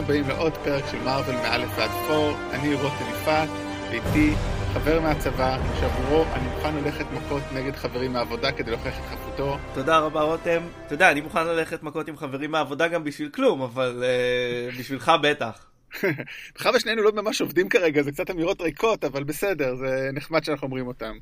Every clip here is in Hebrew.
הבאים לעוד פרק של מארוול מאלף ועד פור. אני רותם יפעת, ואיתי חבר מהצבא, שעבורו אני מוכן ללכת מכות נגד חברים מהעבודה כדי להוכיח את חפותו. תודה רבה רותם. אתה יודע, אני מוכן ללכת מכות עם חברים מהעבודה גם בשביל כלום, אבל בשבילך בטח. לך ושנינו לא ממש עובדים כרגע, זה קצת אמירות ריקות, אבל בסדר, זה נחמד שאנחנו אומרים אותם.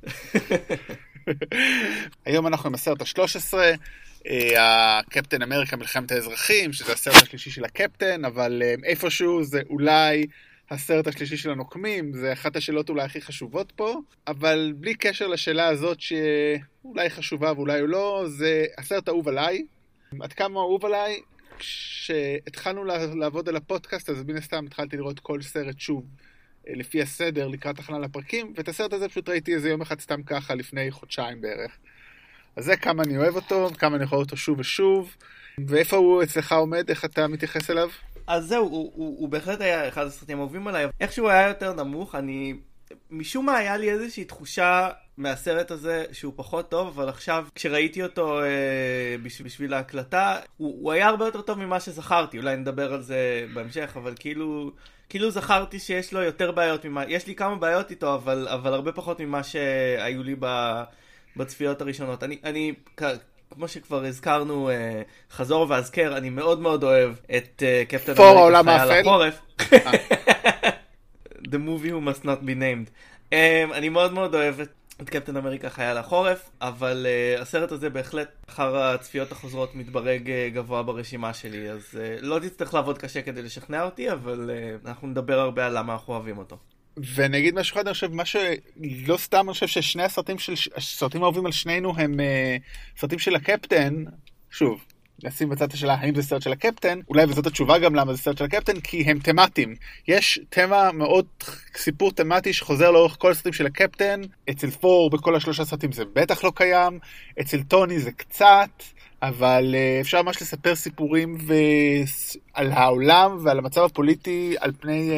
היום אנחנו עם הסרט ה-13, הקפטן אמריקה מלחמת האזרחים, שזה הסרט השלישי של הקפטן, אבל איפשהו זה אולי הסרט השלישי של הנוקמים, זה אחת השאלות אולי הכי חשובות פה, אבל בלי קשר לשאלה הזאת שאולי חשובה ואולי לא, זה הסרט אהוב עליי. עד כמה אהוב עליי? כשהתחלנו לעבוד על הפודקאסט, אז מן הסתם התחלתי לראות כל סרט שוב לפי הסדר לקראת הכנה לפרקים, ואת הסרט הזה פשוט ראיתי איזה יום אחד סתם ככה לפני חודשיים בערך. אז זה כמה אני אוהב אותו, כמה אני יכול אותו שוב ושוב, ואיפה הוא אצלך עומד, איך אתה מתייחס אליו? אז זהו, הוא בהחלט היה אחד הסרטים האהובים עליי. איכשהו היה יותר נמוך, משום מה היה לי איזושהי תחושה מהסרט הזה שהוא פחות טוב, אבל עכשיו כשראיתי אותו בשביל ההקלטה, הוא היה הרבה יותר טוב ממה שזכרתי. אולי נדבר על זה בהמשך, אבל כאילו זכרתי שיש לו יותר בעיות יש לי כמה בעיות איתו, אבל הרבה פחות ממה שהיו לי בצפיות הראשונות. אני כמו שכבר הזכרנו, חזור ואזכר, אני מאוד מאוד אוהב את קפטן אמריקה חייל החורף. The movie who must not be named. אני מאוד מאוד אוהב את קפטן אמריקה חייל החורף, אבל הסרט הזה בהחלט אחר הצפיות החוזרות מתברג גבוה ברשימה שלי, אז לא תצטרך לעבוד קשה כדי לשכנע אותי, אבל אנחנו נדבר הרבה על למה אנחנו אוהבים אותו. ונגיד משהו אחד, אני חושב, מה שלא סתם, אני חושב ששני הסרטים האהובים על שנינו הם סרטים של הקפטן. שוב, נשים בצד השאלה האם זה סרט של הקפטן, אולי וזאת התשובה גם למה זה סרט של הקפטן, כי הם תמטיים. יש תמה מאוד, סיפור תמטי שחוזר לאורך כל הסרטים של הקפטן. אצל פור בכל השלושה סרטים זה בטח לא קיים, אצל טוני זה קצת, אבל אפשר ממש לספר סיפורים על העולם ועל המצב הפוליטי על פני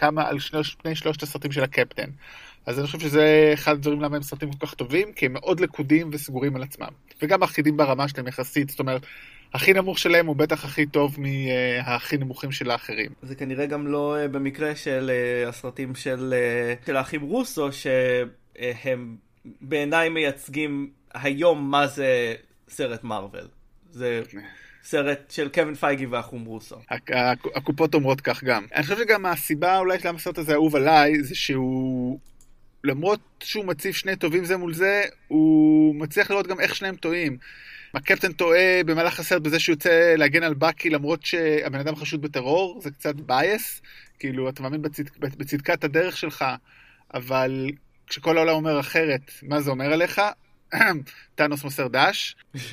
פני שלושת הסרטים של הקפטן. אז אני חושב שזה אחד הדברים למה הם סרטים כל כך טובים, כי הם מאוד לקודים וסגורים על עצמם. וגם אחידים ברמה שלהם יחסית, זאת אומרת, הכי נמוך שלהם הוא בטח הכי טוב מהכי נמוכים של האחרים. זה כנראה גם לא במקרה של הסרטים של האחים רוסו, שהם בעיניי מייצגים היום מה זה סרט מארוול. זה סרט של קווין פייגי והאחים רוסו. הקופות אומרות כך גם. אני חושב שגם הסיבה אולי למה הסרט הזה אהוב עליי, זה שהוא למרות שהוא מציב שני טובים זה מול זה, הוא מצליח לראות גם איך שניהם טועים. הקפטן טועה במהלך הסרט בזה שהוא יוצא להגן על בקי, למרות שהבן אדם חשוד בטרור, זה קצת בייס, כאילו אתה מאמין בצדקת הדרך שלך, אבל כשכל העולם אומר אחרת, מה זה אומר עליך? טאנוס מוסר דש.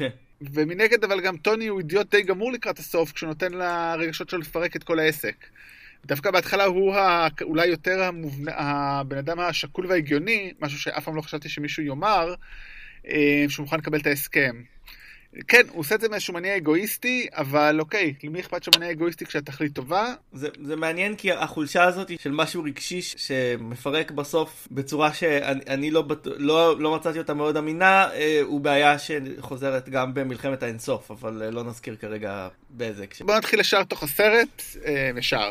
ומנגד אבל גם טוני הוא אידיוט די גמור לקראת הסוף, כשהוא נותן לרגשות שלו לפרק את כל העסק. דווקא בהתחלה הוא אולי יותר הבן אדם השקול וההגיוני, משהו שאף פעם לא חשבתי שמישהו יאמר, שהוא מוכן לקבל את ההסכם. כן, הוא עושה את זה מאיזשהו מניע אגואיסטי, אבל אוקיי, למי אכפת שמניע אגואיסטי כשהתכלית טובה? זה מעניין כי החולשה הזאת של משהו רגשי שמפרק בסוף בצורה שאני לא מצאתי אותה מאוד אמינה, הוא בעיה שחוזרת גם במלחמת האינסוף, אבל לא נזכיר כרגע באיזה. בוא נתחיל ישר תוך הסרט, ישר.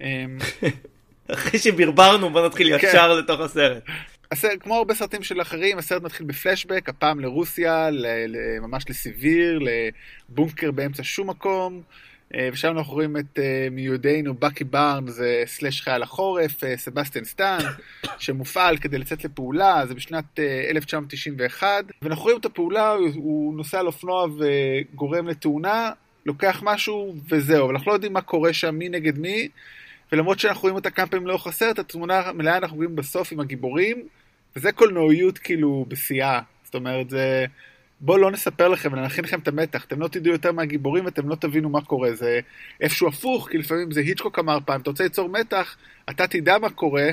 אחרי שברברנו, בוא נתחיל ישר לתוך הסרט. כמו הרבה סרטים של אחרים, הסרט מתחיל בפלשבק, הפעם לרוסיה, ממש לסיביר, לבונקר באמצע שום מקום, ושם אנחנו רואים את מיודענו בקי בארנס, סלש חייל החורף, סבסטיאן סטן, שמופעל כדי לצאת לפעולה, זה בשנת 1991, ואנחנו רואים את הפעולה, הוא נוסע על אופנוע וגורם לתאונה, לוקח משהו וזהו, אבל אנחנו לא יודעים מה קורה שם, מי נגד מי, ולמרות שאנחנו רואים אותה כמה פעמים לאורך הסרט, התמונה המלאה אנחנו רואים בסוף עם הגיבורים, וזה קולנועיות כאילו בשיאה. זאת אומרת, זה בואו לא נספר לכם, ונכין לכם את המתח, אתם לא תדעו יותר מהגיבורים, ואתם לא תבינו מה קורה. זה איפשהו הפוך, כי לפעמים זה היצ'קוק אמר פעם, אתה רוצה ליצור מתח, אתה תדע מה קורה,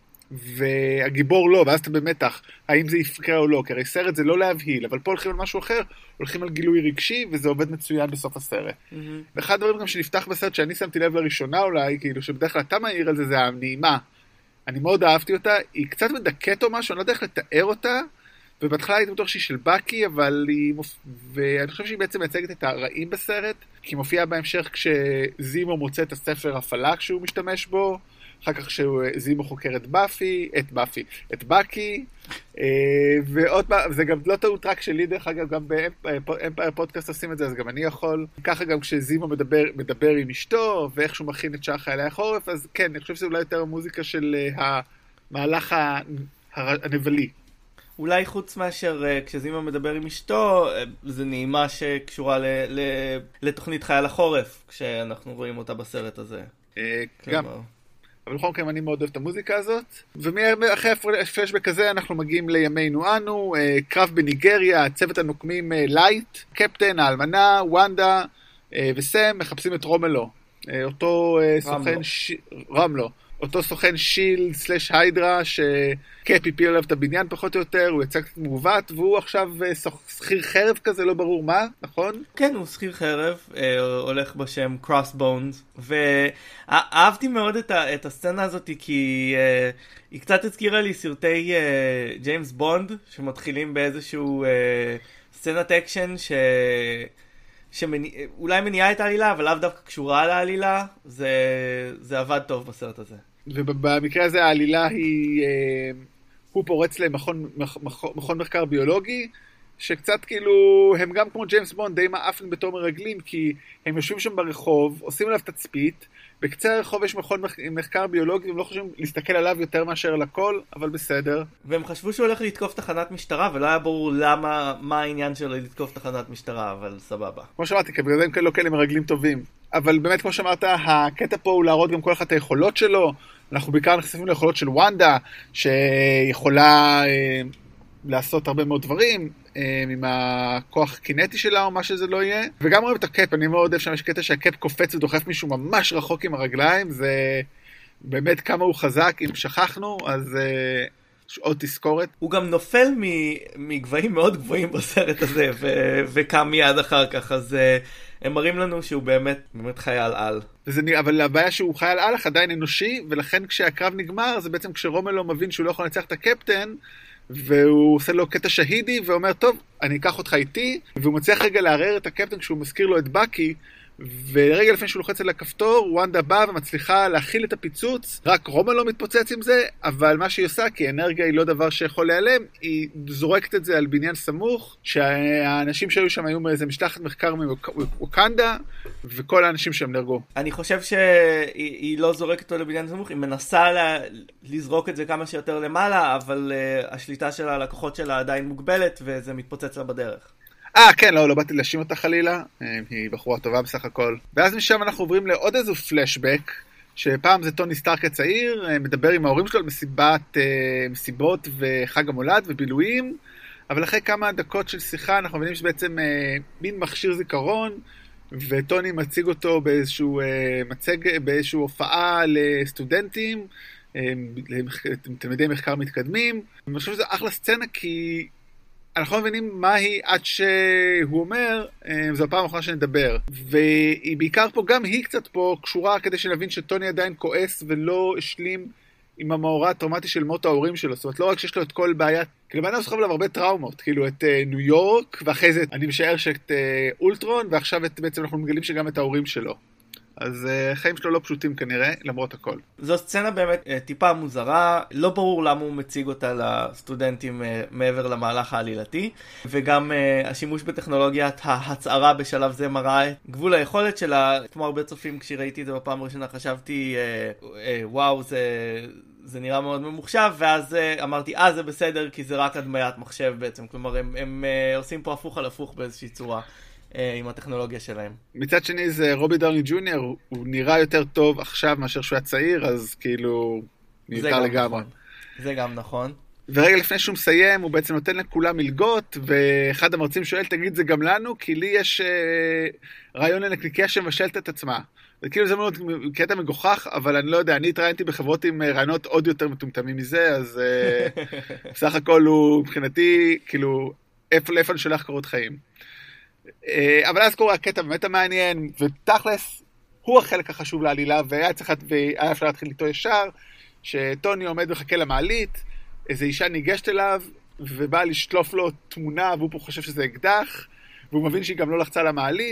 והגיבור לא, ואז אתה במתח, האם זה יפקרה או לא, כי הרי סרט זה לא להבהיל, אבל פה הולכים על משהו אחר, הולכים על גילוי רגשי, וזה עובד מצוין בסוף הסרט. ואחד הדברים גם שנפתח בסרט, שאני שמתי לב לראשונה אולי, כאילו שבדרך כלל אתה מעיר על זה, זה הנעימה. אני מאוד אהבתי אותה, היא קצת מדכאת או משהו, אני לא יודע איך לתאר אותה, ובהתחלה הייתי בטוח שהיא של בקי, אבל היא, ואני חושב שהיא בעצם מייצגת את הרעים בסרט, כי מופיעה בהמשך כשזימו מוצא את הספר הפעלה כשהוא משתמש בו, אחר כך שזימו חוקר את בקי, ועוד פעם, זה גם לא טעות רק שלי דרך אגב, גם באמפייר פודקאסט עושים את זה, אז גם אני יכול. ככה גם כשזימו מדבר עם אשתו, ואיך שהוא מכין את שאר חיילי החורף, אז כן, אני חושב שזה אולי יותר המוזיקה של המהלך הנבלי. אולי חוץ מאשר כשזימה מדבר עם אשתו, זה נעימה שקשורה לתוכנית חייל החורף, כשאנחנו רואים אותה בסרט הזה. גם. אבל בכל מקרה אני מאוד אוהב את המוזיקה הזאת. ואחרי הפלשבק הזה אנחנו מגיעים לימינו אנו, קרב בניגריה, צוות הנוקמים לייט, קפטן, האלמנה, וונדה וסם מחפשים את רומלו. אותו סוכן רמלו. אותו סוכן שיל סלש היידרה שקאפ הפיל עליו את הבניין פחות או יותר, הוא יצא קצת מעוות, והוא עכשיו שכיר חרב כזה, לא ברור מה, נכון? כן, הוא שכיר חרב, הולך בשם Crossbones, ואהבתי מאוד את הסצנה הזאת, כי היא קצת הזכירה לי סרטי ג'יימס בונד, שמתחילים באיזשהו סצנת אקשן שאולי מניעה את העלילה, אבל לאו דווקא קשורה לעלילה, זה עבד טוב בסרט הזה. ובמקרה הזה העלילה היא, הוא פורץ למכון מחקר ביולוגי, שקצת כאילו, הם גם כמו ג'יימס בונד די מאפן בתור מרגלים, כי הם יושבים שם ברחוב, עושים עליו תצפית, בקצה הרחוב יש מכון מחקר ביולוגי, הם לא חושבים להסתכל עליו יותר מאשר על הכל, אבל בסדר. והם חשבו שהוא הולך לתקוף תחנת משטרה, ולא היה ברור מה העניין שלו לתקוף תחנת משטרה, אבל סבבה. כמו שאמרתי, בגלל זה הם לא כאלה מרגלים טובים. אבל באמת, כמו שאמרת, הקטע פה הוא להראות גם כל אחד את היכולות שלו. אנחנו בעיקר נחשפים ליכולות של וונדה, שיכולה לעשות הרבה מאוד דברים, עם הכוח קינטי שלה או מה שזה לא יהיה. וגם רואים את הקאפ, אני מאוד אוהב שם יש קטע שהקאפ קופץ ודוחף מישהו ממש רחוק עם הרגליים, זה באמת כמה הוא חזק, אם שכחנו, אז עוד תזכורת. הוא גם נופל מגבהים מאוד גבוהים בסרט הזה, וקם מיד אחר כך, אז הם מראים לנו שהוא באמת חייל על. אבל הבעיה שהוא חייל על, אך עדיין אנושי, ולכן כשהקרב נגמר, זה בעצם כשרומלו מבין שהוא לא יכול לנצח את הקפטן, והוא עושה לו קטע שהידי, ואומר, טוב, אני אקח אותך איתי, והוא מצליח רגע לערער את הקפטן כשהוא מזכיר לו את בקי, ורגע לפני שהוא לוחץ על הכפתור, וונדה באה ומצליחה להכיל את הפיצוץ, רק רומלו מתפוצץ עם זה, אבל מה שהיא עושה, כי אנרגיה היא לא דבר שיכול להיעלם, היא זורקת את זה על בניין סמוך, שהאנשים שהיו שם היו מאיזה משלחת מחקר מווקנדה, וכל האנשים שם נהרגו. אני חושב שהיא לא זורקת אותו לבניין סמוך, היא מנסה לזרוק את זה כמה שיותר למעלה, אבל השליטה של הלקוחות שלה עדיין מוגבלת, וזה מתפוצץ לה בדרך. כן, לא באתי להאשים אותה חלילה, היא בחורה טובה בסך הכל. ואז משם אנחנו עוברים לעוד איזו פלשבק, שפעם זה טוני סטארק הצעיר, מדבר עם ההורים שלו על מסיבות וחג המולד ובילויים, אבל אחרי כמה דקות של שיחה אנחנו מבינים שבעצם מין מכשיר זיכרון, וטוני מציג אותו באיזשהו הופעה לסטודנטים, תלמידי מחקר מתקדמים. אני חושב שזה אחלה סצנה כי אנחנו לא מבינים מה היא עד שהוא אומר, זו הפעם האחרונה שנדבר. והיא בעיקר פה, גם היא קצת פה קשורה כדי שנבין שטוני עדיין כועס ולא השלים עם המאורע הטראומטי של מות ההורים שלו. זאת אומרת, לא רק שיש לו את כל בעיית, כאילו בעיניו סוחב עליו הרבה טראומות, כאילו את ניו יורק, ואחרי זה אני משער שאת אולטרון, ועכשיו בעצם אנחנו מגלים שגם את ההורים שלו. אז החיים שלו לא פשוטים כנראה, למרות הכל. זו סצנה באמת טיפה מוזרה, לא ברור למה הוא מציג אותה לסטודנטים מעבר למהלך העלילתי, וגם השימוש בטכנולוגיית ההצערה בשלב זה מראה את גבול היכולת שלה. כמו הרבה צופים כשראיתי את זה בפעם הראשונה חשבתי, וואו, זה נראה מאוד ממוחשב, ואז אמרתי, זה בסדר, כי זה רק הדמיית מחשב בעצם, כלומר הם עושים פה הפוך על הפוך באיזושהי צורה. עם הטכנולוגיה שלהם. מצד שני זה רובי דאוני ג'וניור, הוא נראה יותר טוב עכשיו מאשר שהוא היה צעיר, אז כאילו מיותר לגמרי. זה גם נכון. ורגע לפני שהוא מסיים, הוא בעצם נותן לכולם מלגות, ואחד המרצים שואל, תגיד זה גם לנו, כי לי יש רעיון לנקניקיה שמשלת את עצמה. וכאילו זה מאוד קטע מגוחך, אבל אני לא יודע, אני התראיינתי בחברות עם רעיונות עוד יותר מטומטמים מזה, אז בסך הכל הוא מבחינתי, כאילו, איפה אני שולח קורות חיים. אבל אז קורה הקטע באמת המעניין, ותכלס הוא החלק החשוב לעלילה, והיה אפשר להתחיל איתו ישר, שטוני עומד וחכה למעלית, איזו אישה ניגשת אליו, ובאה לשלוף לו תמונה, והוא פה חושב שזה אקדח, והוא מבין שהיא גם לא לחצה למעלית,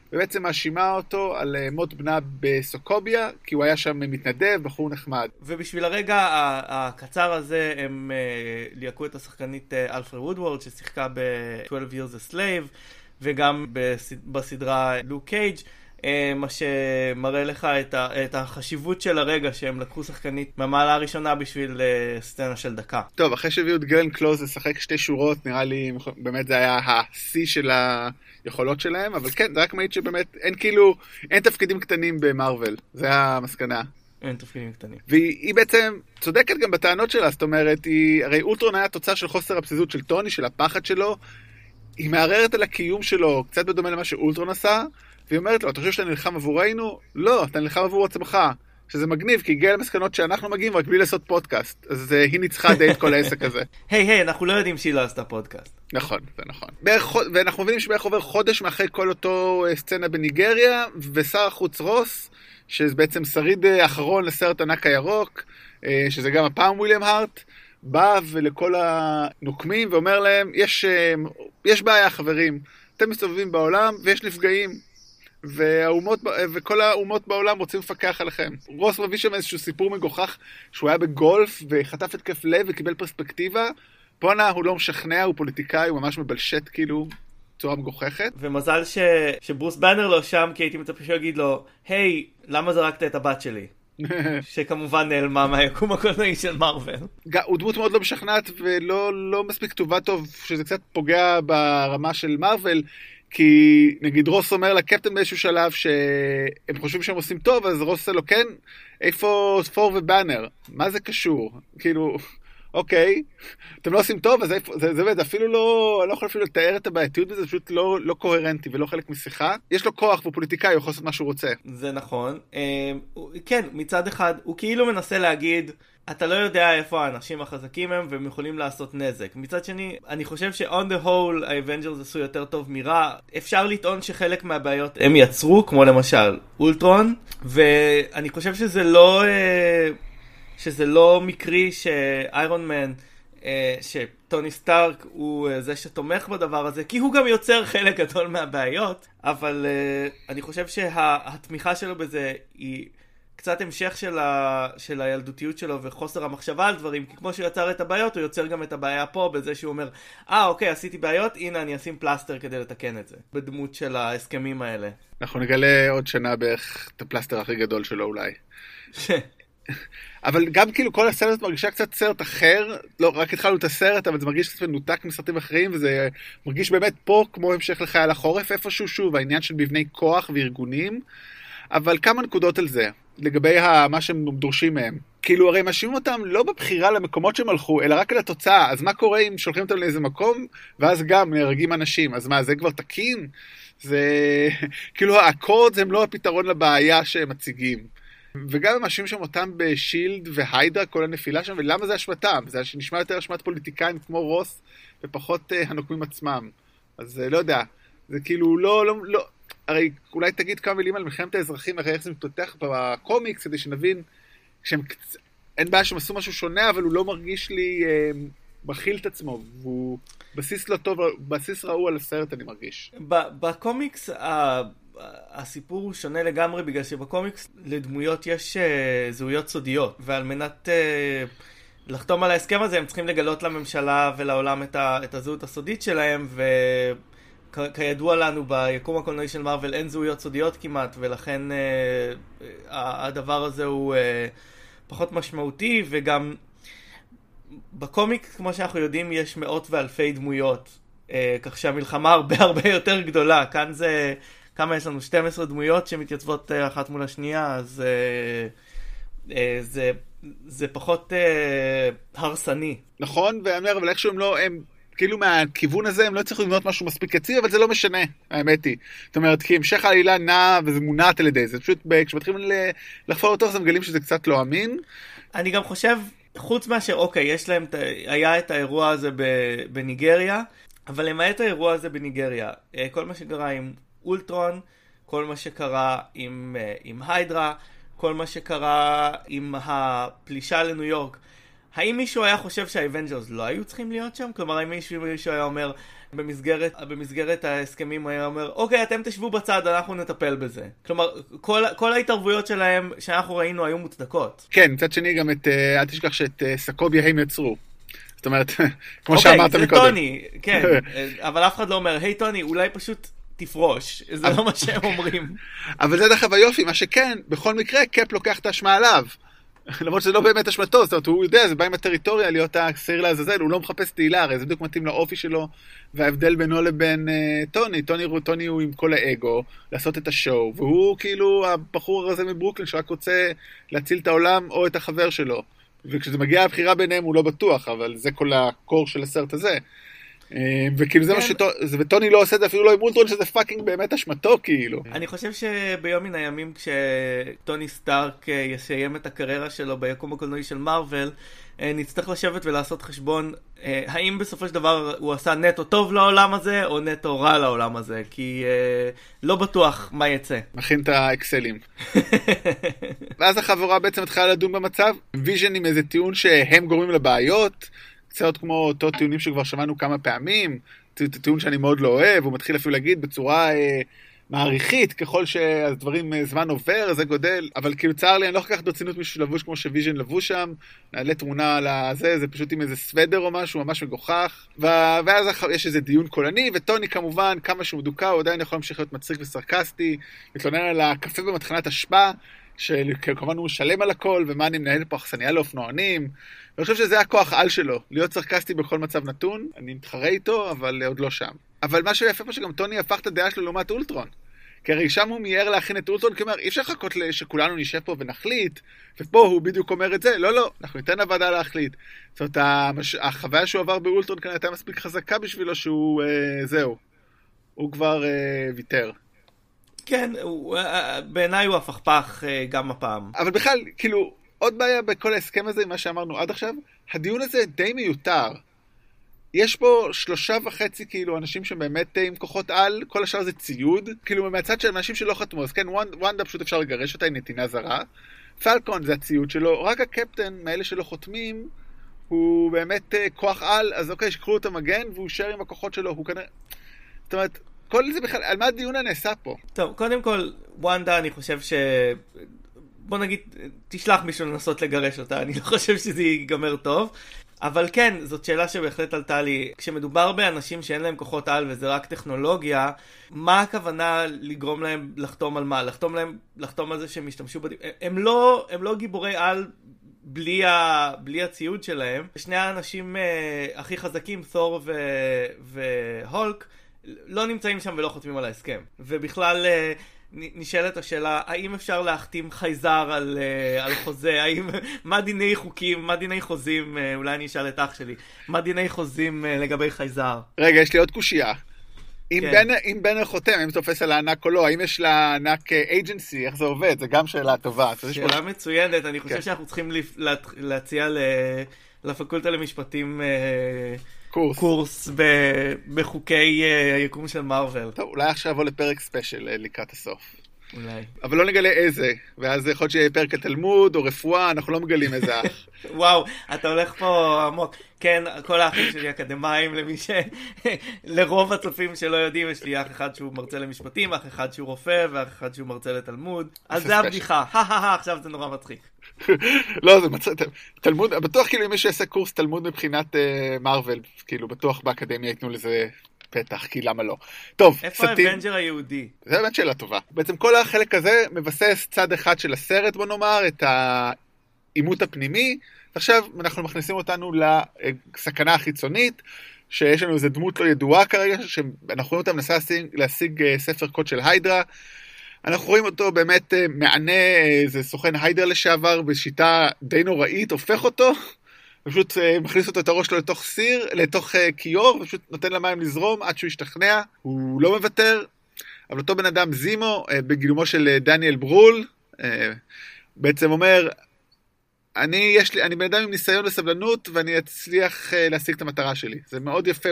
ובעצם מאשימה אותו על מות בנה בסוקוביה, כי הוא היה שם מתנדב, בחור נחמד. ובשביל הרגע הקצר הזה הם ליהקו את השחקנית אלפרד וודוורד, ששיחקה ב-12 Years a Slave, וגם בסדרה לוק קייג', מה שמראה לך את החשיבות של הרגע שהם לקחו שחקנית מהמעלה הראשונה בשביל סצנה של דקה. טוב, אחרי שהביאו את גלן קלוז לשחק 2 שורות, נראה לי באמת זה היה השיא של היכולות שלהם, אבל כן, זה רק מעיד שבאמת אין תפקידים קטנים במרוול, זה המסקנה. אין תפקידים קטנים. והיא בעצם צודקת גם בטענות שלה, זאת אומרת, הרי אולטרון היה תוצאה של חוסר הפסיזות של טוני, של הפחד שלו, היא מערערת על הקיום שלו, קצת בדומה למה שאולטרון עשה, והיא אומרת לו, אתה חושב שאתה נלחם עבורנו? לא, אתה נלחם עבור עצמך. שזה מגניב, כי הגיע למסקנות שאנחנו מגיעים רק בלי לעשות פודקאסט. אז היא ניצחה די את כל העסק הזה. היי, אנחנו לא יודעים שהיא לא עשתה פודקאסט. נכון, זה נכון. ואנחנו מבינים שבערך עובר חודש מאחרי כל אותו סצנה בניגריה, ושר החוץ רוס, שזה בעצם שריד אחרון לסרט ענק הירוק, שזה גם הפעם וויליאם הארט, בא ולכל הנוקמים ואומר להם, יש בעיה חברים, אתם מסתובבים בעולם ויש נפגעים. וכל האומות בעולם רוצים לפקח עליכם. רוס מביא שם איזשהו סיפור מגוחך שהוא היה בגולף וחטף התקף לב וקיבל פרספקטיבה. פונה הוא לא משכנע, הוא פוליטיקאי, הוא ממש מבלשט כאילו צורה מגוחכת. ומזל שברוס בנר לא שם, כי הייתי מצפה שהוא יגיד לו, היי, למה זרקת את הבת שלי? שכמובן נעלמה מהיקום הקולנועי של מארוול. הוא דמות מאוד לא משכנעת ולא מספיק טובה טוב, שזה קצת פוגע ברמה של מארוול. כי נגיד רוס אומר לקפטן באיזשהו שלב שהם חושבים שהם עושים טוב, אז רוס עושה לו כן, איפה פור ובאנר? מה זה קשור? כאילו, אוקיי, אתם לא עושים טוב, אז זה באמת, אפילו לא יכול אפילו לתאר את הבעייתיות בזה, זה פשוט לא קוהרנטי ולא חלק משיחה. יש לו כוח והוא פוליטיקאי, הוא יכול לעשות מה שהוא רוצה. זה נכון. כן, מצד אחד, הוא כאילו מנסה להגיד, אתה לא יודע איפה האנשים החזקים הם, והם יכולים לעשות נזק. מצד שני, אני חושב ש-on the whole, ה-Avengers עשו יותר טוב מרע. אפשר לטעון שחלק מהבעיות הם יצרו, כמו למשל אולטרון, ואני חושב שזה לא מקרי שאיירון מן, שטוני סטארק הוא זה שתומך בדבר הזה, כי הוא גם יוצר חלק גדול מהבעיות, אבל אני חושב שהתמיכה שלו בזה היא קצת המשך של הילדותיות שלו וחוסר המחשבה על דברים, כי כמו שהוא יצר את הבעיות, הוא יוצר גם את הבעיה פה בזה שהוא אומר, אוקיי, עשיתי בעיות, הנה אני אשים פלסטר כדי לתקן את זה, בדמות של ההסכמים האלה. אנחנו נגלה עוד שנה בערך את הפלסטר הכי גדול שלו אולי. אבל גם כאילו כל הסרט מרגישה קצת סרט אחר, לא, רק התחלנו את הסרט, אבל זה מרגיש קצת מנותק מסרטים אחרים, וזה מרגיש באמת פה כמו המשך לחייל החורף, איפשהו שוב, העניין של מבני כוח וארגונים, אבל כמה נקודות על זה, לגבי מה שהם דורשים מהם. כאילו הרי מאשימים אותם לא בבחירה למקומות שהם הלכו, אלא רק על התוצאה, אז מה קורה אם שולחים אותם לאיזה מקום, ואז גם נהרגים אנשים, אז מה, זה כבר תקין? זה כאילו האקורד הם לא הפתרון לבעיה שהם מציגים. וגם הם מאשימים שם אותם בשילד והיידרה, כל הנפילה שם, ולמה זה אשמתם? זה נשמע יותר אשמת פוליטיקאים כמו רוס, ופחות הנוקמים עצמם. אז לא יודע, זה כאילו לא, הרי אולי תגיד כמה מילים על מלחמת האזרחים, אחרי איך זה מתפתח בקומיקס, כדי שנבין, אין בעיה שהם עשו משהו שונה, אבל הוא לא מרגיש לי מכיל את עצמו, והוא בסיס לא טוב, בסיס ראו על הסרט אני מרגיש. בקומיקס הסיפור הוא שונה לגמרי, בגלל שבקומיקס לדמויות יש זהויות סודיות, ועל מנת לחתום על ההסכם הזה הם צריכים לגלות לממשלה ולעולם את הזהות הסודית שלהם, וכידוע לנו ביקום הקולנועי של מארוול אין זהויות סודיות כמעט, ולכן הדבר הזה הוא פחות משמעותי, וגם בקומיקס כמו שאנחנו יודעים יש מאות ואלפי דמויות, כך שהמלחמה הרבה יותר גדולה. כאן זה כמה יש לנו? 12 דמויות שמתייצבות אחת מול השנייה, אז זה פחות הרסני. נכון, ואומר, אבל איכשהו הם כאילו מהכיוון הזה, הם לא צריכים לבנות משהו מספיק יציב, אבל זה לא משנה, האמת היא. זאת אומרת, כי המשך העלילה נע, וזה מונעת על ידי זה. פשוט כשמתחילים לחפור אותו, אז הם מגלים שזה קצת לא אמין. אני גם חושב, חוץ מאשר, אוקיי, יש להם, היה את האירוע הזה בניגריה, אבל למעט האירוע הזה בניגריה, כל מה שקרה עם אולטרון, כל מה שקרה עם היידרה, כל מה שקרה עם הפלישה לניו יורק, האם מישהו היה חושב שהאבנג'רס לא היו צריכים להיות שם? כלומר, האם מישהו היה אומר, במסגרת ההסכמים הוא היה אומר, אוקיי, אתם תשבו בצד, אנחנו נטפל בזה. כלומר, כל ההתערבויות שלהם שאנחנו ראינו היו מוצדקות. כן, מצד שני גם אל תשכח שאת סקוביה הם יצרו. זאת אומרת, כמו שאמרת מקודם. אוקיי, זה טוני, כן. אבל אף אחד לא אומר, היי טוני, אולי פשוט תפרוש. זה לא מה שהם אומרים. אבל זה דרך היופי, מה שכן, בכל מקרה, קאפ לוקח את האשמה עליו. למרות שזה לא באמת אשמתו, זאת אומרת, הוא יודע, זה בא עם הטריטוריה להיות השעיר לעזאזל, הוא לא מחפש תהילה, הרי זה בדיוק מתאים לאופי שלו, וההבדל בינו לבין טוני הוא עם כל האגו, לעשות את השואו, והוא כאילו הבחור הזה מברוקלין שרק רוצה להציל את העולם או את החבר שלו. וכשזה מגיע הבחירה ביניהם הוא לא בטוח, אבל זה כל הקור של הסרט הזה. וכאילו זה מה וטוני לא עושה את זה אפילו לא עם אולטרון, שזה פאקינג באמת אשמתו כאילו. אני חושב שביום מן הימים כשטוני סטארק יסיים את הקריירה שלו ביקום הקולנועי של מארוול, נצטרך לשבת ולעשות חשבון האם בסופו של דבר הוא עשה נטו טוב לעולם הזה או נטו רע לעולם הזה, כי לא בטוח מה יצא. מכין את האקסלים. ואז החבורה בעצם התחילה לדון במצב, ויז'ן עם איזה טיעון שהם גורמים לבעיות, קצת כמו אותו טיעונים שכבר שמענו כמה פעמים, טיעון שאני מאוד לא אוהב, הוא מתחיל אפילו להגיד בצורה מעריכית, ככל שהדברים זמן עובר, זה גודל, אבל כאילו צער לי, אני לא כל כך ברצינות מישהו לבוש כמו שוויז'ן לבוש שם, נעלה תמונה על הזה, זה פשוט עם איזה סוודר או משהו, ממש מגוחך, ואז יש איזה דיון קולני, וטוני כמובן, כמה שהוא מדוכא, הוא עדיין יכול להמשיך להיות מצחיק וסרקסטי, מתלונן על הקפה במתחנת השפעה, שכמובן הוא משלם על הכל, ומה אני מנהל פה אכסניה לאופנוענים, ואני חושב שזה הכוח על שלו, להיות סרקסטי בכל מצב נתון, אני מתחרה איתו, אבל עוד לא שם. אבל מה שיפה פה שגם טוני הפך את הדעה שלו לעומת אולטרון. כי הרי שם הוא מיהר להכין את אולטרון, כי הוא אומר, אי אפשר לחכות שכולנו נשב פה ונחליט, ופה הוא בדיוק אומר את זה, לא, אנחנו ניתן לוועדה להחליט. זאת אומרת, החוויה שהוא עבר באולטרון כאן הייתה מספיק חזקה בשבילו שהוא, זהו, הוא כבר ויתר. כן, בעיניי הוא הפכפך גם הפעם. אבל בכלל, כאילו, עוד בעיה בכל ההסכם הזה, מה שאמרנו עד עכשיו, הדיון הזה די מיותר. יש פה 3.5 כאילו אנשים שבאמת עם כוחות על, כל השאר זה ציוד, כאילו מהצד של אנשים שלא חתמו, אז כן, וונדה פשוט אפשר לגרש אותה עם נתינה זרה, פלקון זה הציוד שלו, רק הקפטן, מאלה שלא חותמים, הוא באמת כוח על, אז אוקיי, שקחו את המגן, והוא שר עם הכוחות שלו, הוא כנראה... זאת אומרת, כל זה בכלל, על מה הדיון הנעשה פה? טוב, קודם כל, וונדה, אני חושב בוא נגיד, תשלח מישהו לנסות לגרש אותה, אני לא חושב שזה ייגמר טוב. אבל כן, זאת שאלה שבהחלט עלתה לי. כשמדובר באנשים שאין להם כוחות על וזה רק טכנולוגיה, מה הכוונה לגרום להם לחתום על מה? לחתום על זה שהם השתמשו הם לא גיבורי על בלי הציוד שלהם. שני האנשים הכי חזקים, תור והולק, לא נמצאים שם ולא חותמים על ההסכם. ובכלל... נשאלת השאלה, האם אפשר להחתים חייזר על חוזה? מה דיני חוקים, מה דיני חוזים, אולי אני אשאל את אח שלי, מה דיני חוזים לגבי חייזר? רגע, יש לי עוד קושייה. אם בנר חותם, האם תופס על הענק או לא, האם יש לענק אייג'נסי, איך זה עובד? זה גם שאלה טובה. שאלה מצוינת, אני חושב שאנחנו צריכים להציע לפקולטה למשפטים קורס בחוקי היקום של מארוול. טוב, אולי עכשיו אבוא לפרק ספיישל לקראת הסוף. אולי. אבל לא נגלה איזה, ואז זה יכול להיות שיהיה פרק התלמוד או רפואה, אנחנו לא מגלים איזה אח. וואו, אתה הולך פה עמוק. כן, כל האחים שלי אקדמיים, לרוב הצופים שלא יודעים, יש לי אח אחד שהוא מרצה למשפטים, אח אחד שהוא רופא, ואח אחד שהוא מרצה לתלמוד. אז זה הבדיחה. עכשיו זה נורא מצחיק. לא, זה מצחיק. תלמוד, בטוח כאילו אם מישהו יעשה קורס תלמוד מבחינת מארוול, כאילו בטוח באקדמיה ייתנו לזה פתח, כי למה לא. טוב, איפה האבנג'ר היהודי? זה באמת שאלה טובה. בעצם כל החלק הזה מבסס צד אחד של הסרט, בוא נאמר, את העימות הפנימי, עכשיו אנחנו מכניסים אותנו לסכנה החיצונית, שיש לנו איזו דמות לא ידועה כרגע, שאנחנו רואים אותה מנסה להשיג ספר קוד של היידרה, אנחנו רואים אותו באמת מענה איזה סוכן היידרה לשעבר, בשיטה די נוראית, הופך אותו, ופשוט מכניס אותו את הראש שלו לתוך כיור, ופשוט נותן למים לזרום עד שהוא ישתכנע, הוא לא מוותר, אבל אותו בן אדם זימו, בגילומו של דניאל ברול, בעצם אומר, אני בן אדם עם ניסיון וסבלנות, ואני אצליח להשיג את המטרה שלי. זה מאוד יפה,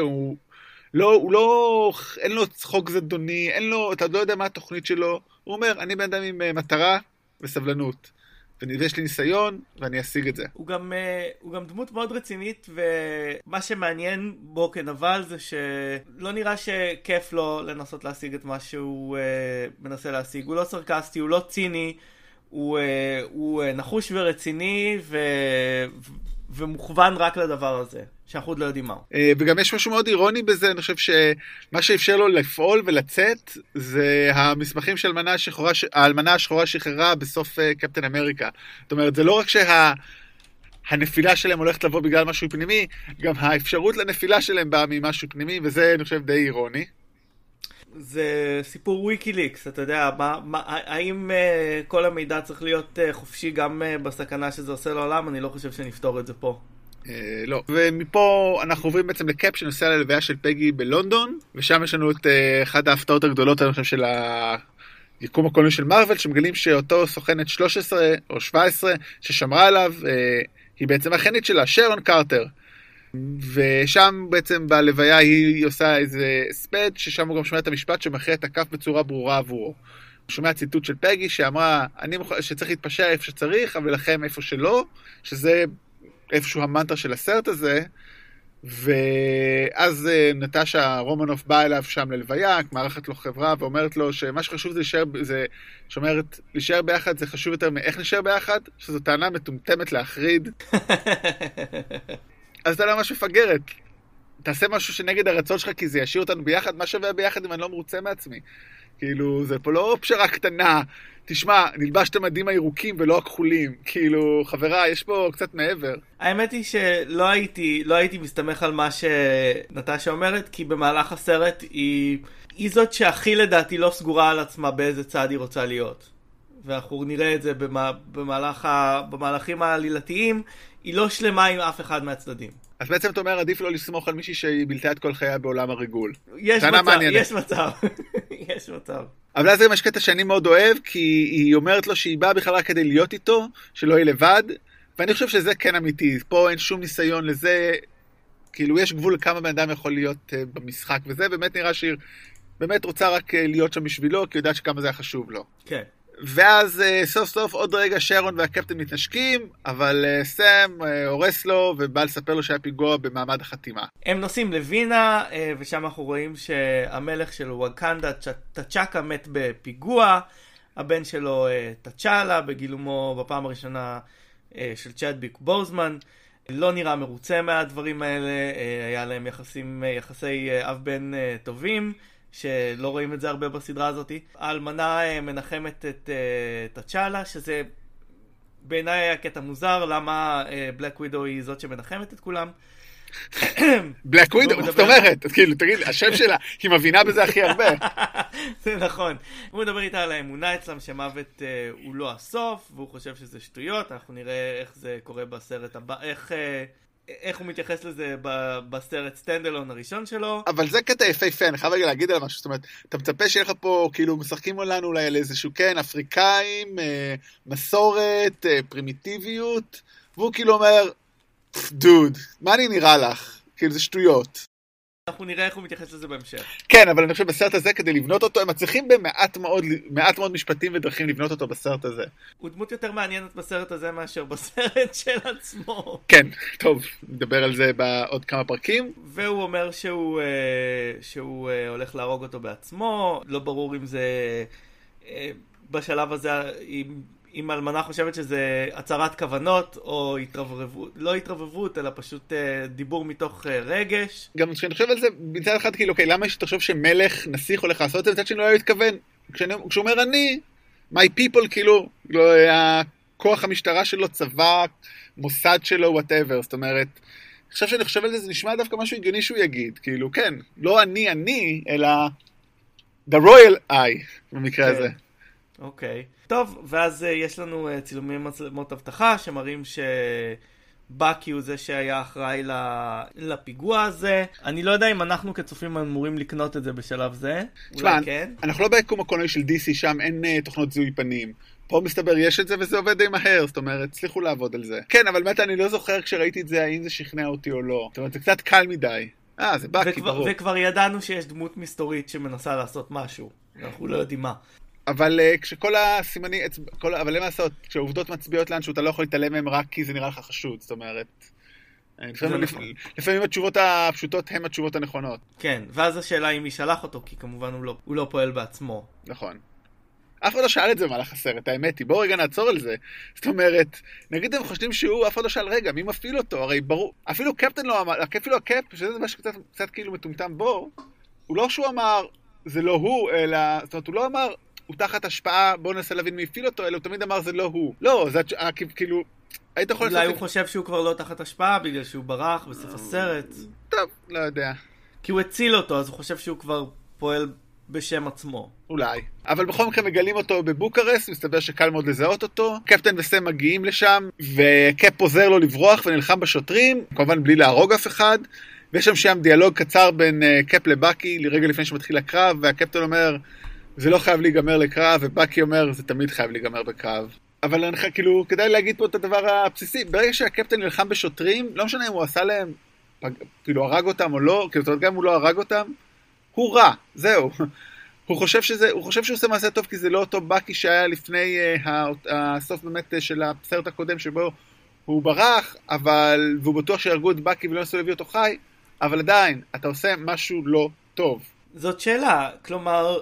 אין לו צחוק זדוני, אתה לא יודע מה התוכנית שלו, הוא אומר, אני בן אדם עם מטרה וסבלנות. ויש לי ניסיון, ואני אשיג את זה. הוא גם דמות מאוד רצינית, ומה שמעניין בו כנבל זה שלא נראה שכיף לו לנסות להשיג את מה שהוא מנסה להשיג. הוא לא סרקסטי, הוא לא ציני, הוא נחוש ורציני ומוכוון רק לדבר הזה, שאנחנו עוד לא יודעים מהו. וגם יש משהו מאוד אירוני בזה, אני חושב שמה שאפשר לו לפעול ולצאת, זה המסמכים של האלמנה השחורה שחררה בסוף קפטן אמריקה. זאת אומרת, זה לא רק שהנפילה שלהם הולכת לבוא בגלל משהו פנימי, גם האפשרות לנפילה שלהם באה ממשהו פנימי, וזה אני חושב די אירוני. זה סיפור ויקיליקס, אתה יודע, האם כל המידע צריך להיות חופשי גם בסכנה שזה עושה לעולם? אני לא חושב שנפתור את זה פה. לא. ומפה אנחנו עוברים בעצם לקאפ שנוסע ללוויה של פגי בלונדון, ושם יש לנו את אחת ההפתעות הגדולות, אני חושב, של היקום הקולנועי של מארוול, שמגלים שאותו סוכנת 13 או 17 ששמרה עליו, היא בעצם החנית שלה, שרון קרטר. ושם בעצם בלוויה היא עושה איזה ספד, ששם הוא גם שומע את המשפט שמכריע את הכף בצורה ברורה עבורו. הוא שומע ציטוט של פגי שאמרה, שצריך להתפשר איפה שצריך, אבל לכם איפה שלא, שזה איפשהו המנטרה של הסרט הזה. ואז נטשה רומנוף באה אליו שם ללוויה, מארחת לו חברה ואומרת לו שמה שחשוב זה שאומרת, להישאר ביחד זה חשוב יותר מאיך נשאר ביחד, שזו טענה מטומטמת להחריד. אז אתה לא ממש מפגרת. תעשה משהו שנגד הרצון שלך, כי זה ישאיר אותנו ביחד. מה שווה ביחד אם אני לא מרוצה מעצמי? כאילו, זה פה לא פשרה קטנה. תשמע, נלבש את המדים הירוקים ולא הכחולים. כאילו, חברה, יש פה קצת מעבר. האמת היא שלא הייתי מסתמך על מה שנטשה אומרת, כי במהלך הסרט היא זאת שהכי לדעתי לא סגורה על עצמה באיזה צד היא רוצה להיות. ואנחנו נראה את זה במהלכים העלילתיים. היא לא שלמה עם אף אחד מהצדדים. אז בעצם אתה אומר, עדיף לא לסמוך על מישהי שהיא בלתה את כל חייה בעולם הריגול. יש מצב. יש מצב. אבל אז זה יש קטע שאני מאוד אוהב, כי היא אומרת לו שהיא באה בכלל רק כדי להיות איתו, שלא יהיה לבד, ואני חושב שזה כן אמיתי. פה אין שום ניסיון לזה, כאילו יש גבול לכמה בן אדם יכול להיות במשחק, וזה באמת נראה שהיא באמת רוצה רק להיות שם בשבילו, כי היא יודעת שכמה זה היה חשוב לו. כן. ואז סוף סוף עוד רגע שרון והקפטן מתנשקים, אבל סם הורס לו ובא לספר לו שהיה פיגוע במעמד החתימה. הם נוסעים לווינה, ושם אנחנו רואים שהמלך של וואקנדה, טצ'קה, מת בפיגוע. הבן שלו טצ'אלה, בגילומו בפעם הראשונה של צ'אדוויק בוזמן. לא נראה מרוצה מהדברים האלה, היה להם יחסי אב בן טובים. שלא רואים את זה הרבה בסדרה הזאת. האלמנה מנחמת את טצ'אלה, שזה בעיניי היה קטע מוזר, למה בלק ווידו היא זאת שמנחמת את כולם. בלק ווידו, זאת אומרת, כאילו, תגיד, השם שלה, היא מבינה בזה הכי הרבה. זה נכון. הוא מדבר איתה על האמונה אצלם שמוות הוא לא הסוף, והוא חושב שזה שטויות, אנחנו נראה איך זה קורה בסרט הבא, איך הוא מתייחס לזה בסרט סטנדלון הראשון שלו. אבל זה קטע יפהפה, אני חייב רגע להגיד על משהו, זאת אומרת, אתה מצפה שיהיה לך פה, כאילו, משחקים לנו אולי על איזשהו, כן, אפריקאים, מסורת, פרימיטיביות, והוא כאילו אומר, דוד, מה אני נראה לך? כאילו, זה שטויות. אנחנו נראה איך הוא מתייחס לזה בהמשך. כן, אבל אני חושב בסרט הזה, כדי לבנות אותו, הם מצליחים במעט מאוד משפטים ודרכים לבנות אותו בסרט הזה. הוא דמות יותר מעניינת בסרט הזה מאשר בסרט של עצמו. כן, טוב, נדבר על זה בעוד כמה פרקים. והוא אומר שהוא הולך להרוג אותו בעצמו, לא ברור אם זה בשלב הזה, אם אלמנה חושבת שזה הצהרת כוונות, או התרברבות, לא התרברבות, אלא פשוט דיבור מתוך רגש. גם כשאני חושב על זה, מצד אחד, כאילו, אוקיי, למה שתחשוב שמלך, נסיך הולך לעשות את זה, מצד שאני לא היה להתכוון. כשהוא אומר אני, my people, כאילו, הכוח המשטרה שלו, צבא, מוסד שלו, whatever, זאת אומרת, עכשיו שאני חושב על זה, זה נשמע דווקא משהו הגיוני שהוא יגיד, כאילו, כן, לא אני, אלא the royal I, במקרה הזה. אוקיי. טוב, ואז יש לנו צילומי מצלמות אבטחה שמראים שבאקי הוא זה שהיה אחראי לפיגוע הזה. אני לא יודע אם אנחנו כצופים אמורים לקנות את זה בשלב זה. תשמע, אנחנו לא ביקום הקולנועי של DC, שם אין תוכנות זיהוי פנים. פה מסתבר יש את זה וזה עובד די מהר, זאת אומרת, הצליחו לעבוד על זה. כן, אבל באמת אני לא זוכר כשראיתי את זה, האם זה שכנע אותי או לא. זאת אומרת, זה קצת קל מדי. זה באקי, ברור. וכבר ידענו שיש דמות מסתורית שמנסה לעשות משהו. אנחנו לא יודעים מה. אבל כשכל הסימנים, אבל למה לעשות, כשהעובדות מצביעות לאן שאתה לא יכול להתעלם מהם רק כי זה נראה לך חשוד, זאת אומרת, לפעמים התשובות הפשוטות הן התשובות הנכונות. כן, ואז השאלה היא מי שלח אותו, כי כמובן הוא לא פועל בעצמו. נכון. אף אחד לא שאל את זה במהלך הסרט, האמת היא. בואו רגע נעצור על זה. זאת אומרת, נגיד הם חושבים שהוא, אף אחד לא שאל, רגע, מי מפעיל אותו? הרי ברור, אפילו קפטן לא אמר, אפילו הקפ, שזה מה שקצת כאילו מטומטם בו, הוא לא שהוא אמר, זה לא הוא, אלא, זאת אומרת, הוא לא אמר, הוא תחת השפעה, בואו ננסה להבין מי הפעיל אותו, אלא הוא תמיד אמר, זה לא הוא. לא, זה כאילו, היית יכול אולי הוא חושב שהוא כבר לא תחת השפעה, בגלל שהוא ברח בסוף הסרט. טוב, לא יודע. כי הוא הציל אותו, אז הוא חושב שהוא כבר פועל בשם עצמו. אולי. אבל בכל מקרה מגלים אותו בבוקרסט, מסתבר שקל מאוד לזהות אותו. קפטן וסם מגיעים לשם, וקפ עוזר לו לברוח ונלחם בשוטרים, כמובן בלי להרוג אף אחד. ויש שם דיאלוג קצר בין קפ לבאקי, לרגע לפני שמתחיל הקרב, והקפטן אומר, זה לא חייב להיגמר לקרב, ובאקי אומר, זה תמיד חייב להיגמר בקרב. אבל אני כאילו, כדאי להגיד פה את הדבר הבסיסי. ברגע שהקפטן נלחם בשוטרים, לא משנה אם הוא עשה להם, כאילו הרג אותם או לא, כאילו גם אם הוא לא הרג אותם, הוא רע, זהו. הוא חושב שהוא עושה מעשה טוב, כי זה לא אותו באקי שהיה לפני הסוף באמת של הסרט הקודם, שבו הוא ברח, והוא בטוח שירגו את באקי ולא נסו להביא אותו חי, אבל עדיין, אתה עושה משהו לא טוב. זאת שאלה, כלומר,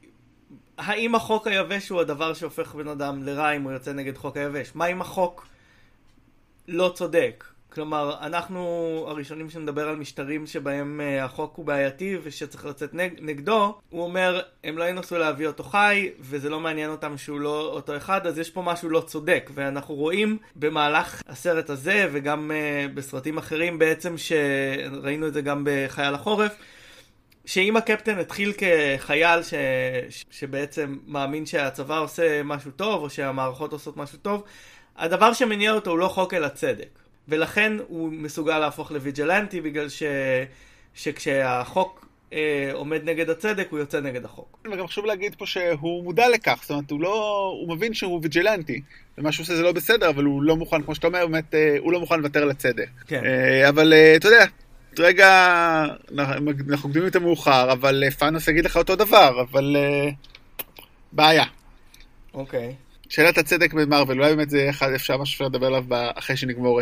האם החוק היבש הוא הדבר שהופך בן אדם לרע אם הוא יוצא נגד חוק היבש? מה אם החוק לא צודק? כלומר, אנחנו הראשונים שנדבר על משטרים שבהם החוק הוא בעייתי ושצריך לצאת נגדו, הוא אומר, הם לא ינסו להביא אותו חי, וזה לא מעניין אותם שהוא לא אותו אחד, אז יש פה משהו לא צודק. ואנחנו רואים במהלך הסרט הזה, וגם בסרטים אחרים בעצם, שראינו את זה גם בחייל החורף, שאם הקפטן התחיל כחייל שבעצם מאמין שהצבא עושה משהו טוב, או שהמערכות עושות משהו טוב, הדבר שמניע אותו הוא לא חוק אלא צדק. ולכן הוא מסוגל להפוך לויג'לנטי, בגלל שכשהחוק עומד נגד הצדק, הוא יוצא נגד החוק. וגם חשוב להגיד פה שהוא מודע לכך, זאת אומרת, הוא מבין שהוא ויג'לנטי, ומה שהוא עושה זה לא בסדר, אבל הוא לא מוכן, כמו שאתה אומר, באמת, הוא לא מוכן לוותר לצדק. כן. אבל אתה יודע, רגע, אנחנו קדימים את המאוחר, אבל פאנוס יגיד לך אותו דבר, אבל בעיה. אוקיי. שאלת הצדק במרוול, אולי באמת זה אפשר משהו אפשר לדבר עליו אחרי שנגמור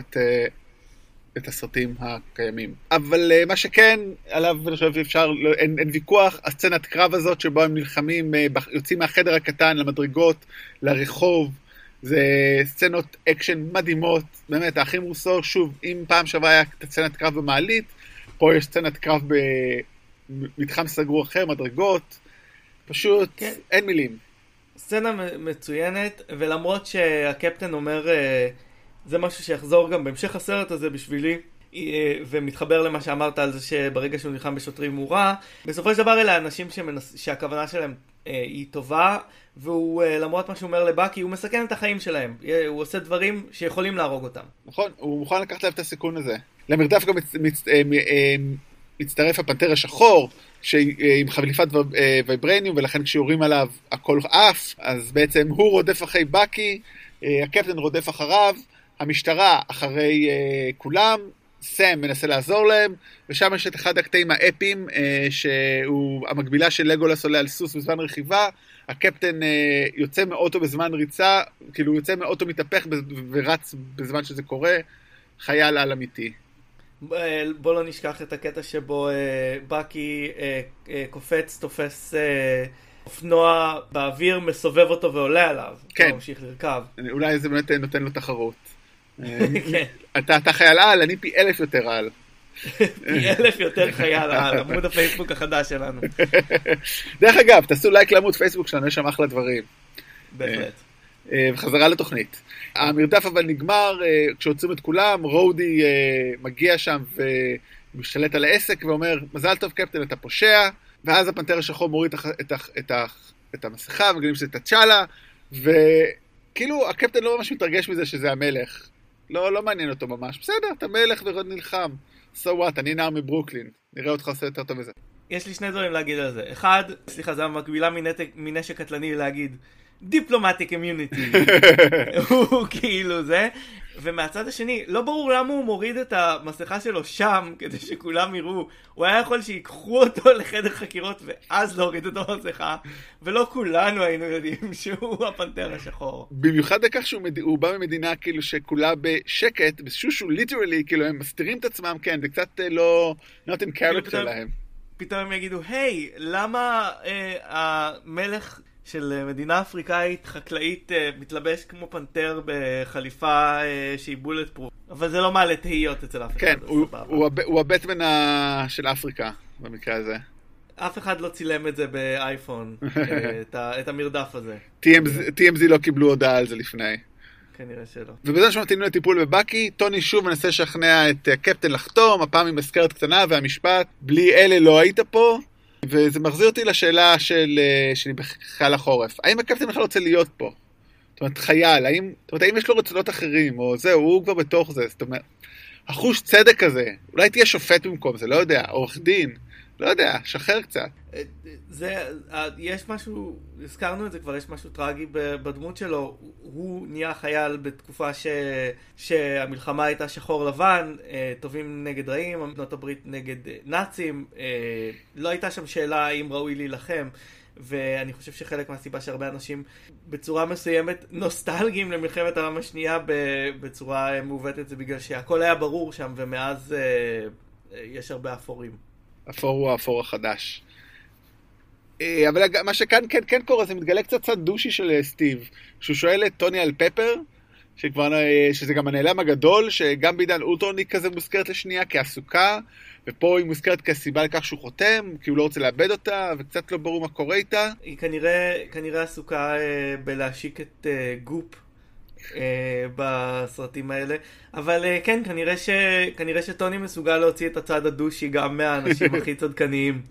את הסרטים הקיימים. אבל מה שכן, עליו אני חושב אפשר, אין ויכוח, הסצנת קרב הזאת שבו הם נלחמים, יוצאים מהחדר הקטן למדרגות, לרחוב, זה סצנות אקשן מדהימות, באמת, האחים רוסו, שוב, אם פעם שווה היה סצנת קרב במעלית, פה יש סצנת קרב במתחם סגור אחר, מדרגות, פשוט כן. אין מילים. סצנה מצוינת, ולמרות שהקפטן אומר, זה משהו שיחזור גם בהמשך הסרט הזה בשבילי, ומתחבר למה שאמרת על זה שברגע שהוא נלחם בשוטרים הוא רע, בסופו של דבר אלה אנשים שהכוונה שלהם היא טובה, והוא למרות מה שהוא אומר לבאקי, הוא מסכן את החיים שלהם, הוא עושה דברים שיכולים להרוג אותם. נכון, הוא מוכן לקחת להם את הסיכון הזה. למרדף גם מצטרף הפנתר השחור, עם חליפת וייברניום, ולכן כשיורים עליו הכל עף, אז בעצם הוא רודף אחרי באקי, הקפטן רודף אחריו, המשטרה אחרי כולם, סם מנסה לעזור להם, ושם יש את אחד הקטעים האפיים, שהוא המקבילה של לגולס עולה על סוס בזמן רכיבה, הקפטן יוצא מאוטו בזמן ריצה, כאילו יוצא מאוטו מתהפך ורץ בזמן שזה קורה, חייל על אמיתי. בוא לא נשכח את הקטע שבו באקי קופץ, תופס אופנוע באוויר, מסובב אותו ועולה עליו. כן. הוא ממשיך לרכב. אולי זה באמת נותן לו תחרות. כן. אתה חייל על, אני פי 1000 יותר על. פי 1000 יותר חייל על, עמוד הפייסבוק החדש שלנו. דרך אגב, תעשו לייק לעמוד פייסבוק שלנו, יש שם אחלה דברים. בהחלט. וחזרה לתוכנית. המרדף אבל נגמר, כשעוצרים את כולם, רודי מגיע שם ומשתלט על העסק ואומר, מזל טוב קפטן, אתה פושע, ואז הפנתר השחור מוריד את המסכה, מגלים שזה תצ'אלה, וכאילו הקפטן לא ממש מתרגש מזה שזה המלך. לא מעניין אותו ממש. בסדר, אתה מלך ועוד נלחם. So what, אני נער מברוקלין. נראה אותך עושה יותר טוב מזה. יש לי שני דברים להגיד על זה. אחד, סליחה, זה המקבילה מנשק קטלני להגיד, דיפלומטיק אימיוניטי. הוא כאילו זה. ומהצד השני, לא ברור למה הוא מוריד את המסכה שלו שם, כדי שכולם יראו. הוא היה יכול שיקחו אותו לחדר חקירות, ואז להוריד את המסכה, ולא כולנו היינו יודעים שהוא הפנתר השחור. במיוחד לכך שהוא בא ממדינה כאילו שכולה בשקט, בשושו ליטרלי, כאילו הם מסתירים את עצמם, כן, זה קצת לא not in character להם. פתאום הם יגידו, היי, למה המלך של מדינה אפריקאית חקלאית מתלבש כמו פנתר בחליפה שהיא בולט פרוף. אבל זה לא מעלה תהיות אצל אף אחד. כן, הוא הבטמן של אפריקה במקרה הזה. אף אחד לא צילם את זה באייפון, את המרדף הזה. TMZ לא קיבלו הודעה על זה לפני. כנראה שלא. ובזה שמתאינו לטיפול בבקי, טוני שוב מנסה לשכנע את קפטן לחתום, הפעם עם מזכרת קטנה והמשפט, בלי אלה לא היית פה. וזה מחזיר אותי לשאלה שלי בחייל החורף. האם הקפטן בכלל רוצה להיות פה? זאת אומרת, חייל, האם יש לו רצונות אחרים, או זהו, הוא כבר בתוך זה. זאת אומרת, החוש צדק הזה, אולי תהיה שופט במקום זה, לא יודע, עורך דין, לא יודע, שחרר קצת. יש משהו, הזכרנו את זה כבר, יש משהו טרגי בדמות שלו. הוא נהיה חייל בתקופה שהמלחמה הייתה שחור לבן, טובים נגד רעים, בנות הברית נגד נאצים. לא הייתה שם שאלה האם ראוי להילחם, ואני חושב שחלק מהסיבה שהרבה אנשים בצורה מסוימת נוסטלגיים למלחמת העולם השנייה בצורה מעוותת, זה בגלל שהכל היה ברור שם, ומאז יש הרבה אפורים. אפור הוא האפור החדש. אבל מה שכאן כן קורה, זה מתגלה קצת צד דושי של סטיב, שהוא שואל את טוני על פפר, שזה גם הנעלם הגדול, שגם בעידן אולטרוניק כזה מוזכרת לשנייה כעסוקה, ופה היא מוזכרת כסיבה לכך שהוא חותם, כי הוא לא רוצה לאבד אותה, וקצת לא ברור מה קורה איתה. היא כנראה עסוקה בלהשיק את גופ בסרטים האלה, אבל כן, כנראה שטוני מסוגל להוציא את הצד הדושי גם מהאנשים הכי צדקניים.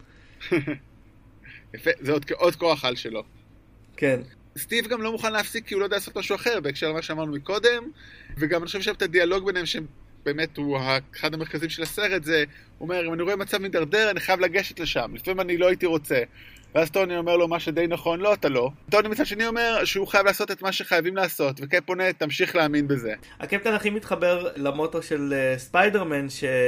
יפה, זה עוד כוח על שלו. כן. סטיב גם לא מוכן להפסיק כי הוא לא יודע לעשות משהו אחר, בהקשר למה שאמרנו מקודם, וגם אני חושב שאת הדיאלוג ביניהם שבאמת הוא אחד המרכזים של הסרט, זה, הוא אומר, אם אני רואה מצב מדרדר, אני חייב לגשת לשם, לפעמים אני לא הייתי רוצה. ואז טוני אומר לו מה שדי נכון, לא, אתה לא. טוני מצד שני אומר שהוא חייב לעשות את מה שחייבים לעשות, וקאפ עונה, תמשיך להאמין בזה. הקפטן הכי מתחבר למוטו של ספיידרמן,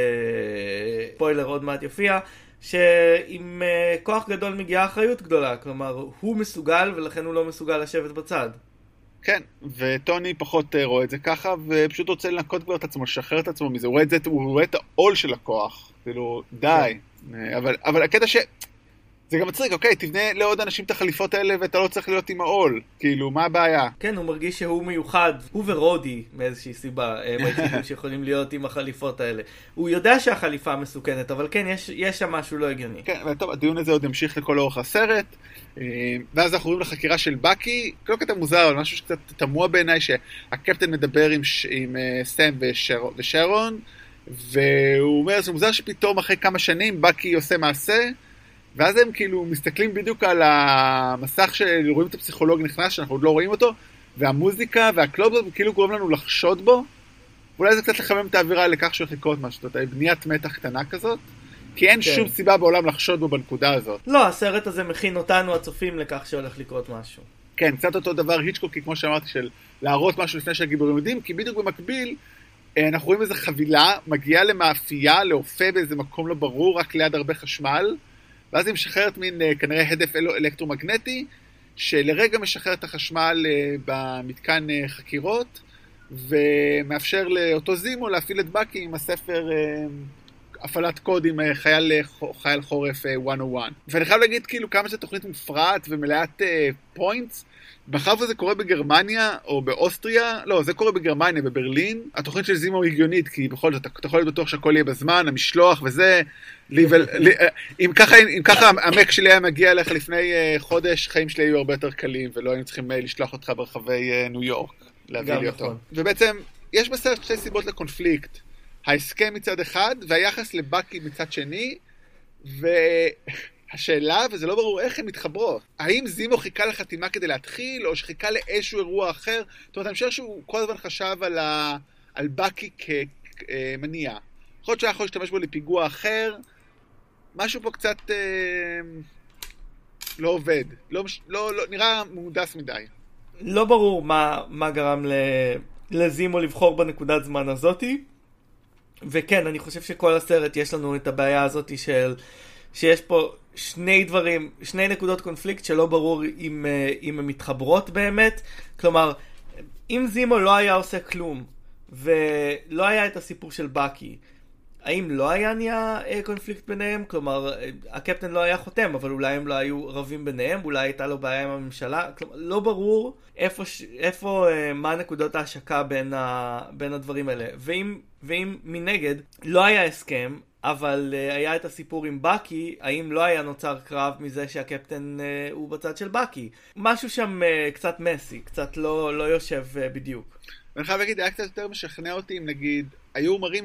שפוילר עוד מעט יופיע, שעם כוח גדול מגיעה אחריות גדולה, כלומר, הוא מסוגל ולכן הוא לא מסוגל לשבת בצד. כן, וטוני פחות רואה את זה ככה, ופשוט רוצה לנקות כבר את עצמו, לשחרר את עצמו מזה, הוא רואה את העול של הכוח, כאילו, די. אבל הקטע זה גם מצחיק, אוקיי, תבנה לעוד אנשים את החליפות האלה ואתה לא צריך להיות עם העול. כאילו, מה הבעיה? כן, הוא מרגיש שהוא מיוחד. הוא ורודי, מאיזושהי סיבה, היחידים שיכולים להיות עם החליפות האלה. הוא יודע שהחליפה מסוכנת, אבל כן, יש שם משהו לא הגיוני. כן, אבל טוב, הדיון הזה עוד ימשיך לכל אורך הסרט. ואז אנחנו רואים לחקירה של בקי, לא כתב מוזר, אבל משהו שקצת תמוה בעיניי, שהקפטן מדבר עם סם ושרון, והוא אומר, זה מוזר שפתאום אחרי כמה שנים בקי עושה מעשה, ואז הם כאילו מסתכלים בדיוק על המסך שרואים את הפסיכולוג נכנס, שאנחנו עוד לא רואים אותו, והמוזיקה והקלוב כאילו גורם לנו לחשוד בו, ואולי זה קצת לחמם את האווירה לכך שהולך לקרות משהו, בניית מתח קטנה כזאת, כי אין שום סיבה בעולם לחשוד בו בנקודה הזאת. לא, הסרט הזה מכין אותנו הצופים לכך שהולך לקרות משהו. כן, קצת אותו דבר היצ'קוקי, כמו שאמרתי, של להראות משהו לפני שהגיבורים יודעים, כי בדיוק במקביל, אנחנו רואים איזו חבילה, מגיעה למאפייה, לאופה באיזה מקום לא ברור, רק ליד הרבה חשמל, ואז היא משחררת מין כנראה הדף אלקטרומגנטי, שלרגע משחרר את החשמל במתקן חקירות, ומאפשר לאותו זימו להפעיל את בקי עם הספר הפעלת קוד עם חייל חורף 101. ואני חייב להגיד כאילו כמה שתוכנית מופרעת ומלאת פוינטס, בחר וזה קורה בגרמניה או באוסטריה, לא, זה קורה בגרמניה, בברלין. התוכנית של זימו היא הגיונית, כי בכל זאת, אתה יכול להיות בטוח שהכל יהיה בזמן, המשלוח וזה. אם ככה המק שלי היה מגיע אליך לפני חודש, חיים שלי היו הרבה יותר קלים, ולא היינו צריכים לשלוח אותך ברחבי ניו יורק, להביא לי אותו. ובעצם, יש בסרט שתי סיבות לקונפליקט. ההסכם מצד אחד, והיחס לבקי מצד שני, השאלה, וזה לא ברור איך הן מתחברות. האם זימו חיכה לחתימה כדי להתחיל, או שחיכה לאיזשהו אירוע אחר? זאת אומרת, אני חושב שהוא כל הזמן חשב על בקי כמניע. יכול להיות שהיה יכול להשתמש בו לפיגוע אחר, משהו פה קצת לא עובד. לא, נראה מודס מדי. לא ברור מה גרם לזימו לבחור בנקודת זמן הזאתי. וכן, אני חושב שכל הסרט יש לנו את הבעיה הזאתי שיש פה שני נקודות קונפליקט שלא ברור אם הן מתחברות באמת. כלומר, אם זימו לא היה עושה כלום, ולא היה את הסיפור של בקי, האם לא היה נהיה קונפליקט ביניהם? כלומר, הקפטן לא היה חותם, אבל אולי הם לא היו רבים ביניהם, אולי הייתה לו בעיה עם הממשלה. כלומר, לא ברור מה נקודות ההשקה בין הדברים האלה. ואם מנגד לא היה הסכם, אבל היה את הסיפור עם בקי, האם לא היה נוצר קרב מזה שהקפטן הוא בצד של בקי? משהו שם קצת מסי, קצת לא יושב בדיוק. ואני חייב להגיד, היה קצת יותר משכנע אותי אם נגיד, היו אומרים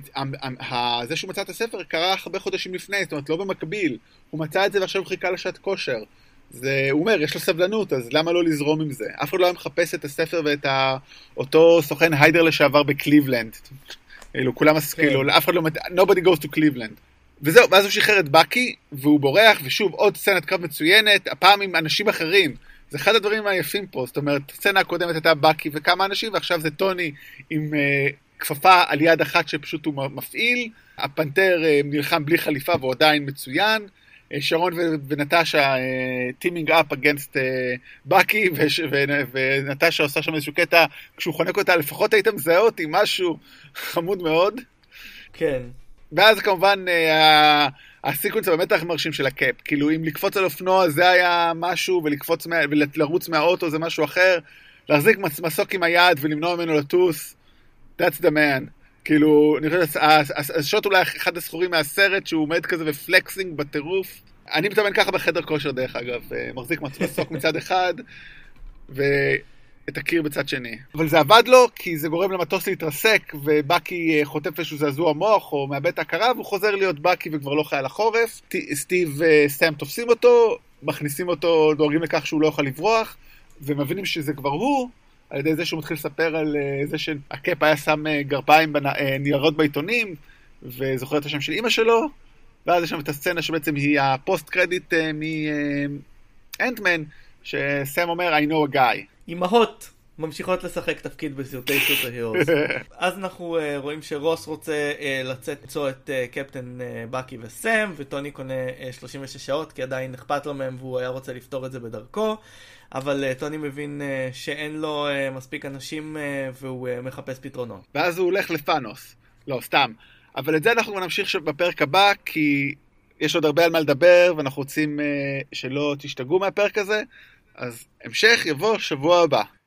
שזה שהוא מצא את הספר קרה הרבה חודשים לפני, זאת אומרת לא במקביל, הוא מצא את זה ועכשיו הוא חיכה לשעת כושר. הוא אומר, יש לו סבלנות, אז למה לא לזרום עם זה? אף אחד לא היה מחפש את הספר ואת אותו סוכן היידר לשעבר בקליבלנד. כולם כאילו, אף אחד לא, nobody goes to Cleveland. וזהו, ואז הוא שחרר את בקי, והוא בורח, ושוב, עוד סצנת קרב מצוינת, הפעם עם אנשים אחרים. זה אחד הדברים היפים פה, זאת אומרת, הסצנה הקודמת הייתה בקי וכמה אנשים, ועכשיו זה טוני עם כפפה על יד אחת שפשוט הוא מפעיל, הפנתר נלחם בלי חליפה והוא עדיין מצוין, שרון ונטשה teaming up against בקי, ונטשה עושה שם איזשהו קטע, כשהוא חונק אותה, לפחות היית מזהה אותי, משהו חמוד מאוד. כן. ואז כמובן הסיקוונס באמת הכי מרשים של הקאפ, כאילו אם לקפוץ על אופנוע זה היה משהו, ולרוץ מהאוטו זה משהו אחר, להחזיק מסוק עם היד ולמנוע ממנו לטוס, that's the man. כאילו, אני חושב, השוט אולי אחד הסחורים מהסרט, שהוא עומד כזה ופלקסינג בטירוף. אני מתאמן ככה בחדר כושר דרך אגב, מחזיק מסוק מצד אחד, ואת הקיר בצד שני. אבל זה עבד לו, כי זה גורם למטוס להתרסק, ובקי חוטף איזשהו זעזוע מוח, או מאבד את ההכרה, והוא חוזר להיות בקי וכבר לא חייל החורף. סטיב וסם תופסים אותו, מכניסים אותו, דואגים לכך שהוא לא יוכל לברוח, ומבינים שזה כבר הוא, על ידי זה שהוא מתחיל לספר על זה שהקאפ היה שם גרביים ניירות בעיתונים, וזוכר את השם של אמא שלו, ואז יש שם את הסצנה שבעצם היא הפוסט קרדיט מאנטמן, שסם אומר, I know a guy. אמהות ממשיכות לשחק תפקיד בסרטי סופר-הירוס. אז אנחנו רואים שרוס רוצה לצאת למצוא את קפטן בקי וסם, וטוני קונה 36 שעות, כי עדיין אכפת לו מהם, והוא היה רוצה לפתור את זה בדרכו. אבל טוני מבין שאין לו מספיק אנשים והוא מחפש פתרונות. ואז הוא הולך לפאנוס. לא, סתם. אבל את זה אנחנו נמשיך בפרק הבא, כי יש עוד הרבה על מה לדבר, ואנחנו רוצים שלא תשתגעו מהפרק הזה. אז המשך יבוא שבוע הבא.